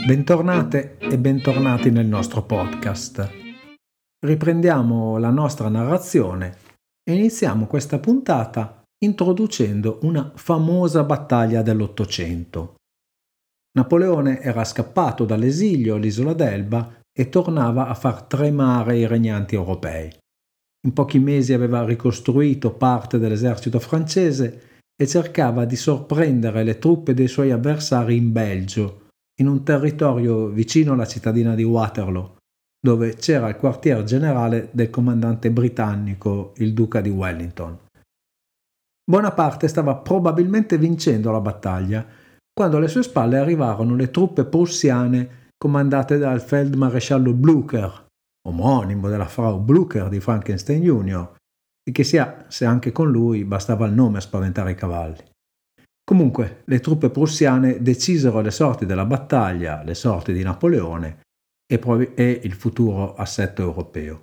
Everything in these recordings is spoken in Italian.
Bentornate e bentornati nel nostro podcast. Riprendiamo la nostra narrazione e iniziamo questa puntata introducendo una famosa battaglia dell'Ottocento. Napoleone era scappato dall'esilio all'isola d'Elba e tornava a far tremare i regnanti europei. In pochi mesi aveva ricostruito parte dell'esercito francese e cercava di sorprendere le truppe dei suoi avversari in Belgio, in un territorio vicino alla cittadina di Waterloo, dove c'era il quartier generale del comandante britannico, il duca di Wellington. Bonaparte stava probabilmente vincendo la battaglia quando alle sue spalle arrivarono le truppe prussiane comandate dal feldmaresciallo Blücher, omonimo della Frau Blücher di Frankenstein Jr., e che sia se anche con lui bastava il nome a spaventare i cavalli. Comunque, le truppe prussiane decisero le sorti della battaglia, le sorti di Napoleone e il futuro assetto europeo.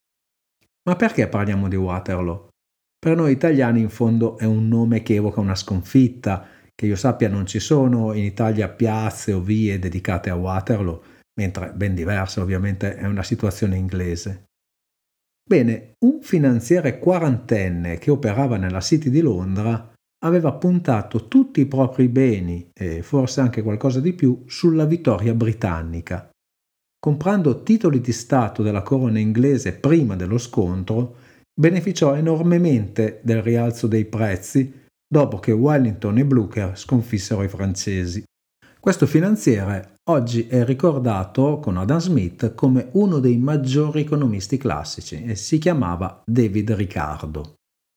Ma perché parliamo di Waterloo? Per noi italiani in fondo è un nome che evoca una sconfitta. Che io sappia non ci sono in Italia piazze o vie dedicate a Waterloo, mentre ben diversa ovviamente è una situazione inglese. Bene, un finanziere quarantenne che operava nella City di Londra aveva puntato tutti i propri beni, e forse anche qualcosa di più, sulla vittoria britannica. Comprando titoli di Stato della corona inglese prima dello scontro, beneficiò enormemente del rialzo dei prezzi dopo che Wellington e Blücher sconfissero i francesi. Questo finanziere oggi è ricordato con Adam Smith come uno dei maggiori economisti classici e si chiamava David Ricardo.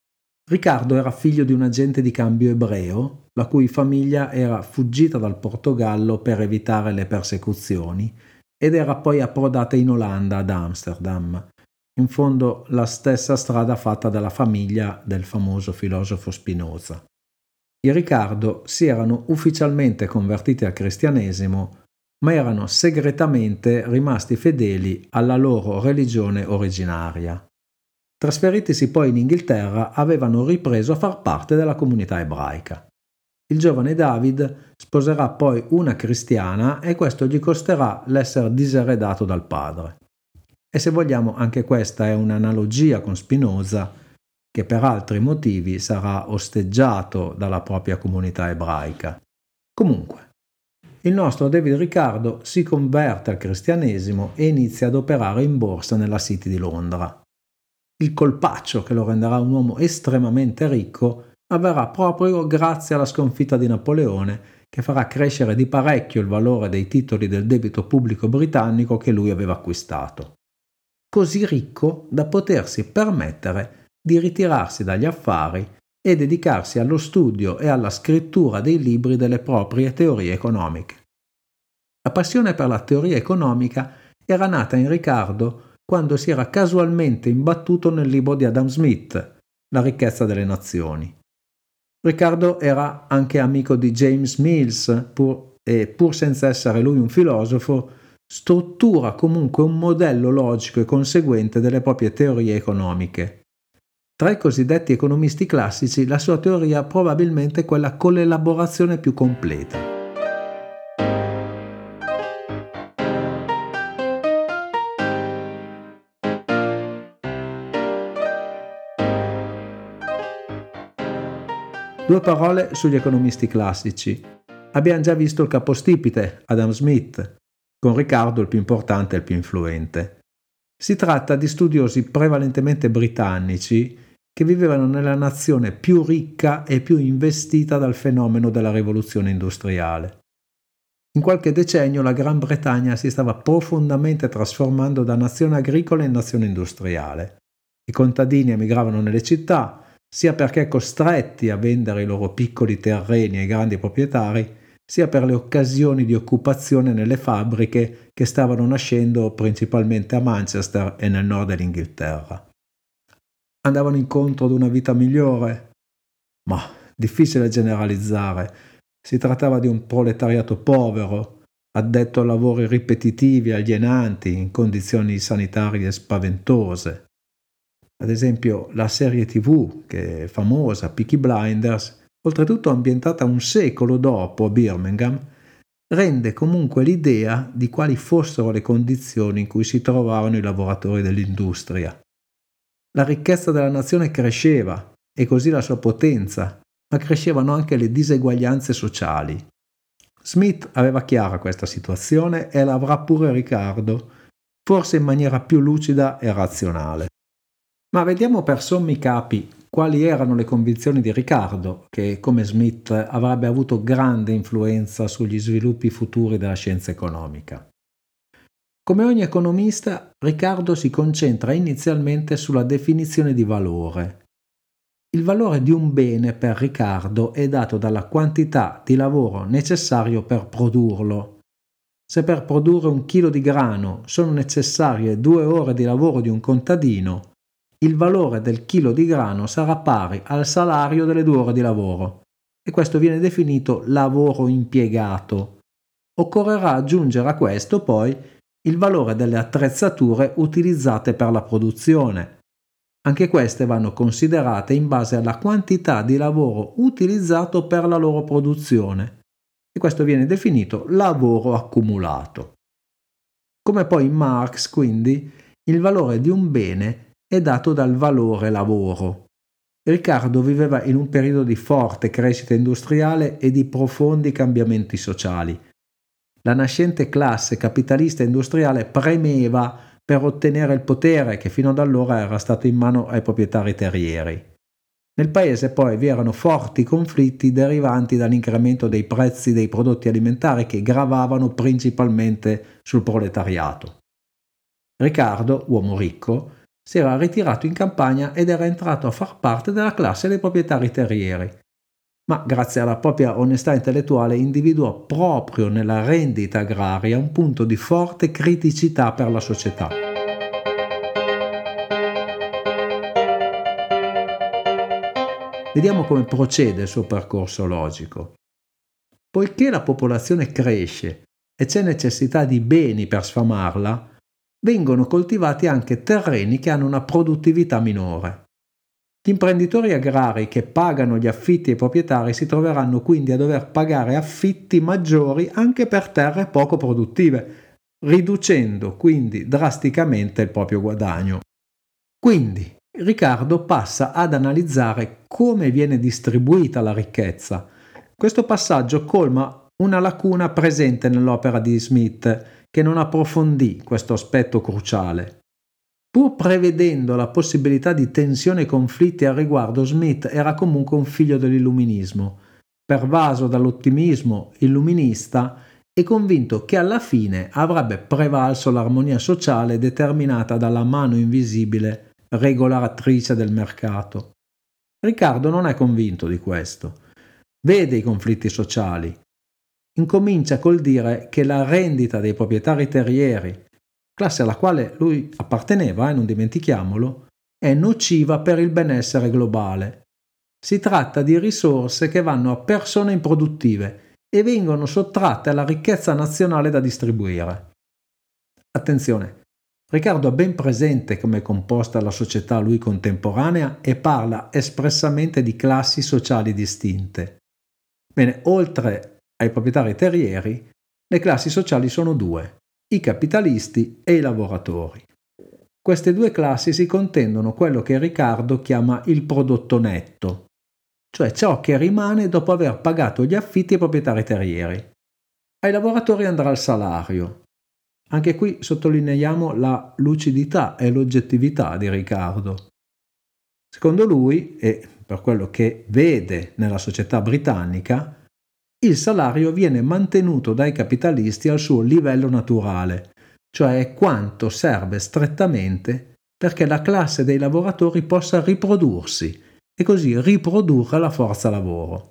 Ricardo era figlio di un agente di cambio ebreo, la cui famiglia era fuggita dal Portogallo per evitare le persecuzioni ed era poi approdata in Olanda, ad Amsterdam, in fondo la stessa strada fatta dalla famiglia del famoso filosofo Spinoza. I Ricardo si erano ufficialmente convertiti al cristianesimo, ma erano segretamente rimasti fedeli alla loro religione originaria. Trasferitisi poi in Inghilterra, avevano ripreso a far parte della comunità ebraica. Il giovane David sposerà poi una cristiana e questo gli costerà l'essere diseredato dal padre. E se vogliamo, anche questa è un'analogia con Spinoza, che per altri motivi sarà osteggiato dalla propria comunità ebraica. Comunque, il nostro David Ricardo si converte al cristianesimo e inizia ad operare in borsa nella City di Londra. Il colpaccio che lo renderà un uomo estremamente ricco avverrà proprio grazie alla sconfitta di Napoleone, che farà crescere di parecchio il valore dei titoli del debito pubblico britannico che lui aveva acquistato. Così ricco da potersi permettere di ritirarsi dagli affari e dedicarsi allo studio e alla scrittura dei libri delle proprie teorie economiche. La passione per la teoria economica era nata in Ricardo quando si era casualmente imbattuto nel libro di Adam Smith, La ricchezza delle nazioni. Ricardo era anche amico di James Mills pur senza essere lui un filosofo, struttura comunque un modello logico e conseguente delle proprie teorie economiche. Tra i cosiddetti economisti classici, la sua teoria probabilmente è quella con l'elaborazione più completa. Due parole sugli economisti classici. Abbiamo già visto il capostipite, Adam Smith, con Ricardo il più importante e il più influente. Si tratta di studiosi prevalentemente britannici che vivevano nella nazione più ricca e più investita dal fenomeno della rivoluzione industriale. In qualche decennio la Gran Bretagna si stava profondamente trasformando da nazione agricola in nazione industriale. I contadini emigravano nelle città, sia perché costretti a vendere i loro piccoli terreni ai grandi proprietari, sia per le occasioni di occupazione nelle fabbriche che stavano nascendo principalmente a Manchester e nel nord dell'Inghilterra. Andavano incontro ad una vita migliore? Ma difficile generalizzare. Si trattava di un proletariato povero, addetto a lavori ripetitivi, alienanti, in condizioni sanitarie spaventose. Ad esempio la serie TV, che è famosa, Peaky Blinders, oltretutto ambientata un secolo dopo a Birmingham, rende comunque l'idea di quali fossero le condizioni in cui si trovavano i lavoratori dell'industria. La ricchezza della nazione cresceva e così la sua potenza, ma crescevano anche le diseguaglianze sociali. Smith aveva chiara questa situazione e l'avrà pure Riccardo, forse in maniera più lucida e razionale. Ma vediamo per sommi capi quali erano le convinzioni di Riccardo, che come Smith avrebbe avuto grande influenza sugli sviluppi futuri della scienza economica. Come ogni economista, Riccardo si concentra inizialmente sulla definizione di valore. Il valore di un bene per Riccardo è dato dalla quantità di lavoro necessario per produrlo. Se per produrre 1 chilo di grano sono necessarie 2 ore di lavoro di un contadino, il valore del chilo di grano sarà pari al salario delle 2 ore di lavoro e questo viene definito lavoro impiegato. Occorrerà aggiungere a questo poi il valore delle attrezzature utilizzate per la produzione. Anche queste vanno considerate in base alla quantità di lavoro utilizzato per la loro produzione e questo viene definito lavoro accumulato. Come poi in Marx, quindi, il valore di un bene è dato dal valore lavoro. Riccardo viveva in un periodo di forte crescita industriale e di profondi cambiamenti sociali. La nascente classe capitalista industriale premeva per ottenere il potere che fino ad allora era stato in mano ai proprietari terrieri. Nel paese poi vi erano forti conflitti derivanti dall'incremento dei prezzi dei prodotti alimentari che gravavano principalmente sul proletariato. Riccardo, uomo ricco, si era ritirato in campagna ed era entrato a far parte della classe dei proprietari terrieri. Ma grazie alla propria onestà intellettuale individuò proprio nella rendita agraria un punto di forte criticità per la società. Vediamo come procede il suo percorso logico. Poiché la popolazione cresce e c'è necessità di beni per sfamarla, vengono coltivati anche terreni che hanno una produttività minore. Gli imprenditori agrari che pagano gli affitti ai proprietari si troveranno quindi a dover pagare affitti maggiori anche per terre poco produttive, riducendo quindi drasticamente il proprio guadagno. Quindi Riccardo passa ad analizzare come viene distribuita la ricchezza. Questo passaggio colma una lacuna presente nell'opera di Smith, che non approfondì questo aspetto cruciale. Pur prevedendo la possibilità di tensioni e conflitti al riguardo, Smith era comunque un figlio dell'illuminismo, pervaso dall'ottimismo illuminista e convinto che alla fine avrebbe prevalso l'armonia sociale determinata dalla mano invisibile regolatrice del mercato. Riccardo non è convinto di questo. Vede i conflitti sociali. Incomincia col dire che la rendita dei proprietari terrieri, classe alla quale lui apparteneva, non dimentichiamolo, è nociva per il benessere globale. Si tratta di risorse che vanno a persone improduttive e vengono sottratte alla ricchezza nazionale da distribuire. Attenzione, Riccardo ha ben presente come è composta la società a lui contemporanea e parla espressamente di classi sociali distinte. Bene, oltre ai proprietari terrieri, le classi sociali sono 2. I capitalisti e i lavoratori. Queste 2 classi si contendono quello che Riccardo chiama il prodotto netto, cioè ciò che rimane dopo aver pagato gli affitti ai proprietari terrieri. Ai lavoratori andrà il salario. Anche qui sottolineiamo la lucidità e l'oggettività di Riccardo. Secondo lui, e per quello che vede nella società britannica, il salario viene mantenuto dai capitalisti al suo livello naturale, cioè quanto serve strettamente perché la classe dei lavoratori possa riprodursi e così riprodurre la forza lavoro.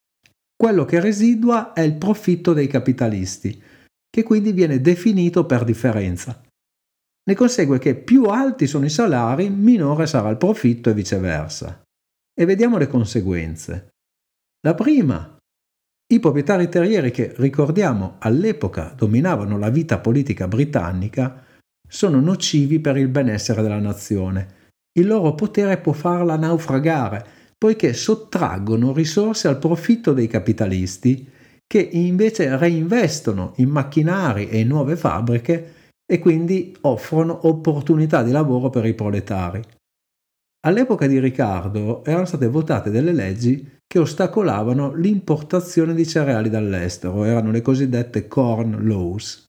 Quello che residua è il profitto dei capitalisti, che quindi viene definito per differenza. Ne consegue che più alti sono i salari, minore sarà il profitto e viceversa. E vediamo le conseguenze. La prima: i proprietari terrieri che, ricordiamo, all'epoca dominavano la vita politica britannica, sono nocivi per il benessere della nazione. Il loro potere può farla naufragare, poiché sottraggono risorse al profitto dei capitalisti che invece reinvestono in macchinari e in nuove fabbriche e quindi offrono opportunità di lavoro per i proletari. All'epoca di Riccardo erano state votate delle leggi che ostacolavano l'importazione di cereali dall'estero, erano le cosiddette Corn Laws.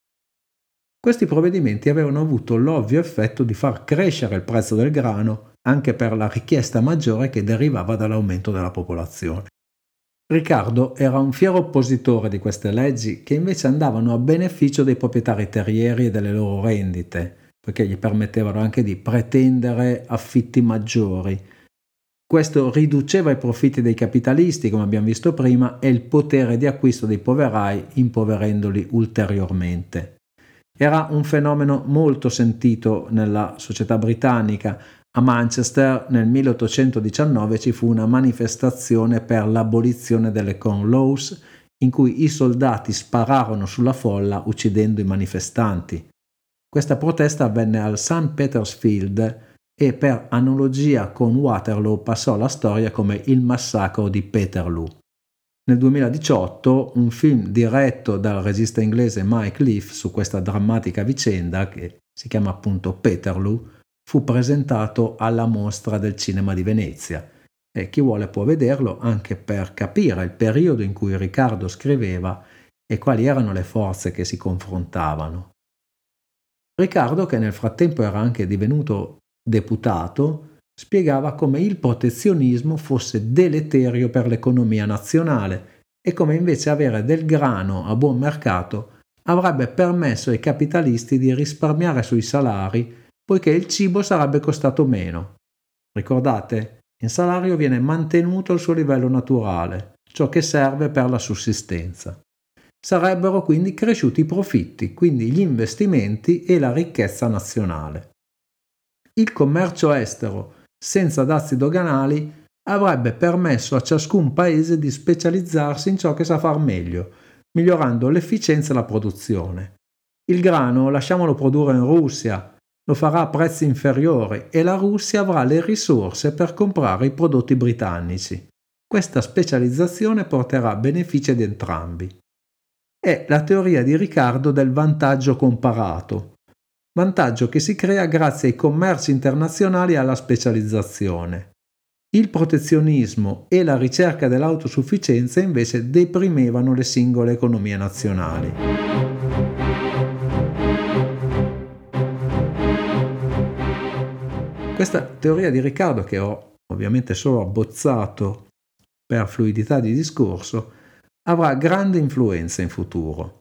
Questi provvedimenti avevano avuto l'ovvio effetto di far crescere il prezzo del grano anche per la richiesta maggiore che derivava dall'aumento della popolazione. Riccardo era un fiero oppositore di queste leggi che invece andavano a beneficio dei proprietari terrieri e delle loro rendite, perché gli permettevano anche di pretendere affitti maggiori. Questo riduceva i profitti dei capitalisti, come abbiamo visto prima, e il potere di acquisto dei poverai, impoverendoli ulteriormente. Era un fenomeno molto sentito nella società britannica. A Manchester nel 1819 ci fu una manifestazione per l'abolizione delle Corn Laws, in cui i soldati spararono sulla folla uccidendo i manifestanti. Questa protesta avvenne al St. Peter's Field e per analogia con Waterloo passò alla storia come il massacro di Peterloo. Nel 2018 un film diretto dal regista inglese Mike Leaf su questa drammatica vicenda, che si chiama appunto Peterloo, fu presentato alla Mostra del Cinema di Venezia e chi vuole può vederlo anche per capire il periodo in cui Riccardo scriveva e quali erano le forze che si confrontavano. Riccardo, che nel frattempo era anche divenuto deputato, spiegava come il protezionismo fosse deleterio per l'economia nazionale e come invece avere del grano a buon mercato avrebbe permesso ai capitalisti di risparmiare sui salari poiché il cibo sarebbe costato meno. Ricordate? Il salario viene mantenuto al suo livello naturale, ciò che serve per la sussistenza. Sarebbero quindi cresciuti i profitti, quindi gli investimenti e la ricchezza nazionale. Il commercio estero senza dazi doganali avrebbe permesso a ciascun paese di specializzarsi in ciò che sa far meglio, migliorando l'efficienza e la produzione. Il grano lasciamolo produrre in Russia, lo farà a prezzi inferiori e la Russia avrà le risorse per comprare i prodotti britannici. Questa specializzazione porterà benefici ad entrambi. È la teoria di Riccardo del vantaggio comparato, vantaggio che si crea grazie ai commerci internazionali e alla specializzazione. Il protezionismo e la ricerca dell'autosufficienza invece deprimevano le singole economie nazionali. Questa teoria di Riccardo, che ho ovviamente solo abbozzato per fluidità di discorso, avrà grande influenza in futuro.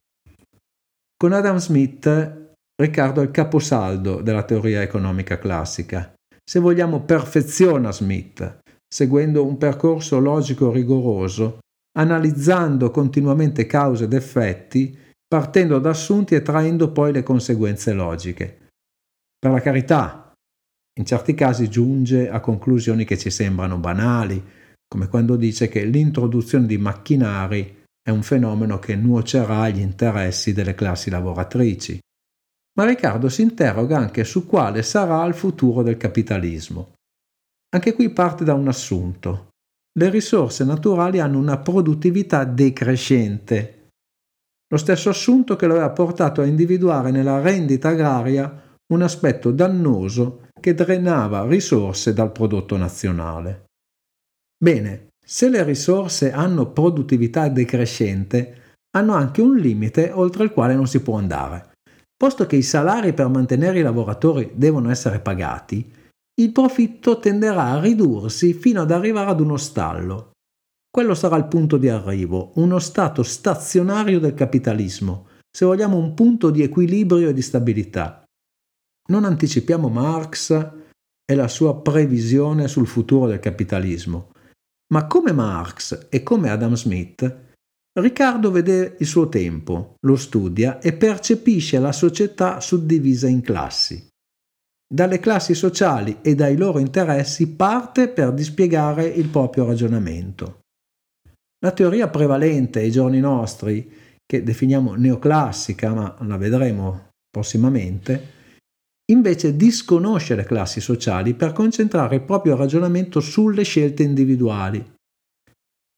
Con Adam Smith, Riccardo è il caposaldo della teoria economica classica. Se vogliamo, perfeziona Smith, seguendo un percorso logico rigoroso, analizzando continuamente cause ed effetti, partendo da assunti e traendo poi le conseguenze logiche. Per la carità, in certi casi giunge a conclusioni che ci sembrano banali, come quando dice che l'introduzione di macchinari è un fenomeno che nuocerà agli interessi delle classi lavoratrici. Ma Riccardo si interroga anche su quale sarà il futuro del capitalismo. Anche qui parte da un assunto. Le risorse naturali hanno una produttività decrescente. Lo stesso assunto che lo aveva portato a individuare nella rendita agraria un aspetto dannoso che drenava risorse dal prodotto nazionale. Bene, se le risorse hanno produttività decrescente, hanno anche un limite oltre il quale non si può andare. Posto che i salari per mantenere i lavoratori devono essere pagati, il profitto tenderà a ridursi fino ad arrivare ad uno stallo. Quello sarà il punto di arrivo, uno stato stazionario del capitalismo, se vogliamo un punto di equilibrio e di stabilità. Non anticipiamo Marx e la sua previsione sul futuro del capitalismo. Ma come Marx e come Adam Smith, Riccardo vede il suo tempo, lo studia e percepisce la società suddivisa in classi. Dalle classi sociali e dai loro interessi parte per dispiegare il proprio ragionamento. La teoria prevalente ai giorni nostri, che definiamo neoclassica, ma la vedremo prossimamente, invece disconosce le classi sociali per concentrare il proprio ragionamento sulle scelte individuali.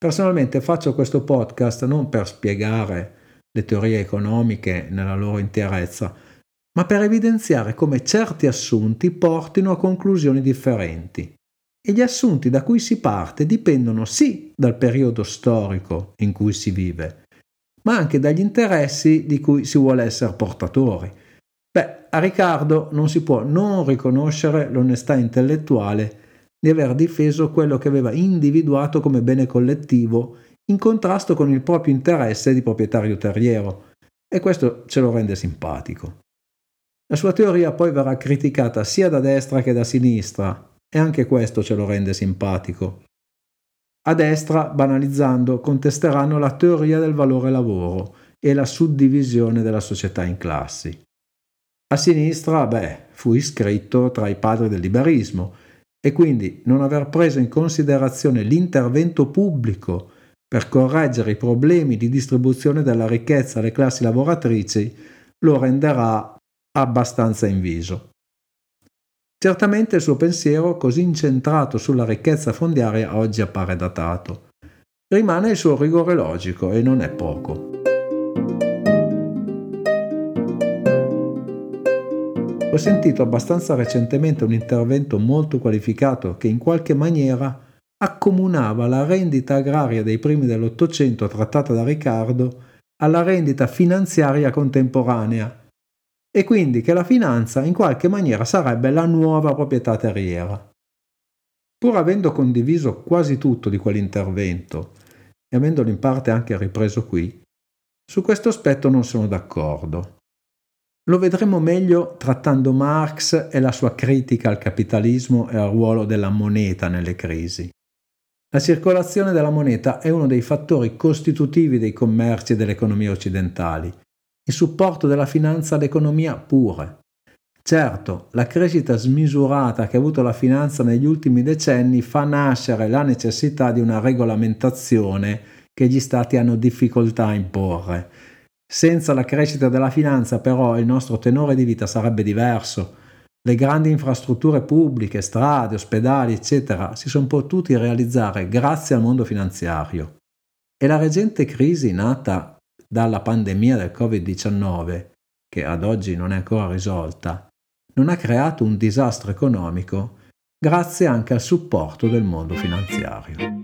Personalmente faccio questo podcast non per spiegare le teorie economiche nella loro interezza, ma per evidenziare come certi assunti portino a conclusioni differenti. E gli assunti da cui si parte dipendono sì dal periodo storico in cui si vive, ma anche dagli interessi di cui si vuole essere portatori. A Riccardo non si può non riconoscere l'onestà intellettuale di aver difeso quello che aveva individuato come bene collettivo in contrasto con il proprio interesse di proprietario terriero, e questo ce lo rende simpatico. La sua teoria poi verrà criticata sia da destra che da sinistra, e anche questo ce lo rende simpatico. A destra, banalizzando, contesteranno la teoria del valore lavoro e la suddivisione della società in classi. A sinistra, fu iscritto tra i padri del liberismo e quindi non aver preso in considerazione l'intervento pubblico per correggere i problemi di distribuzione della ricchezza alle classi lavoratrici lo renderà abbastanza inviso. Certamente il suo pensiero, così incentrato sulla ricchezza fondiaria, oggi appare datato. Rimane il suo rigore logico, e non è poco. Ho sentito abbastanza recentemente un intervento molto qualificato che in qualche maniera accomunava la rendita agraria dei primi dell'Ottocento trattata da Riccardo alla rendita finanziaria contemporanea, e quindi che la finanza in qualche maniera sarebbe la nuova proprietà terriera. Pur avendo condiviso quasi tutto di quell'intervento e avendolo in parte anche ripreso qui, su questo aspetto non sono d'accordo. Lo vedremo meglio trattando Marx e la sua critica al capitalismo e al ruolo della moneta nelle crisi. La circolazione della moneta è uno dei fattori costitutivi dei commerci e delle economie occidentali, il supporto della finanza all'economia pure. Certo, la crescita smisurata che ha avuto la finanza negli ultimi decenni fa nascere la necessità di una regolamentazione che gli stati hanno difficoltà a imporre. Senza la crescita della finanza, però, il nostro tenore di vita sarebbe diverso. Le grandi infrastrutture pubbliche, strade, ospedali, eccetera, si sono potuti realizzare grazie al mondo finanziario. E la recente crisi nata dalla pandemia del Covid-19, che ad oggi non è ancora risolta, non ha creato un disastro economico grazie anche al supporto del mondo finanziario.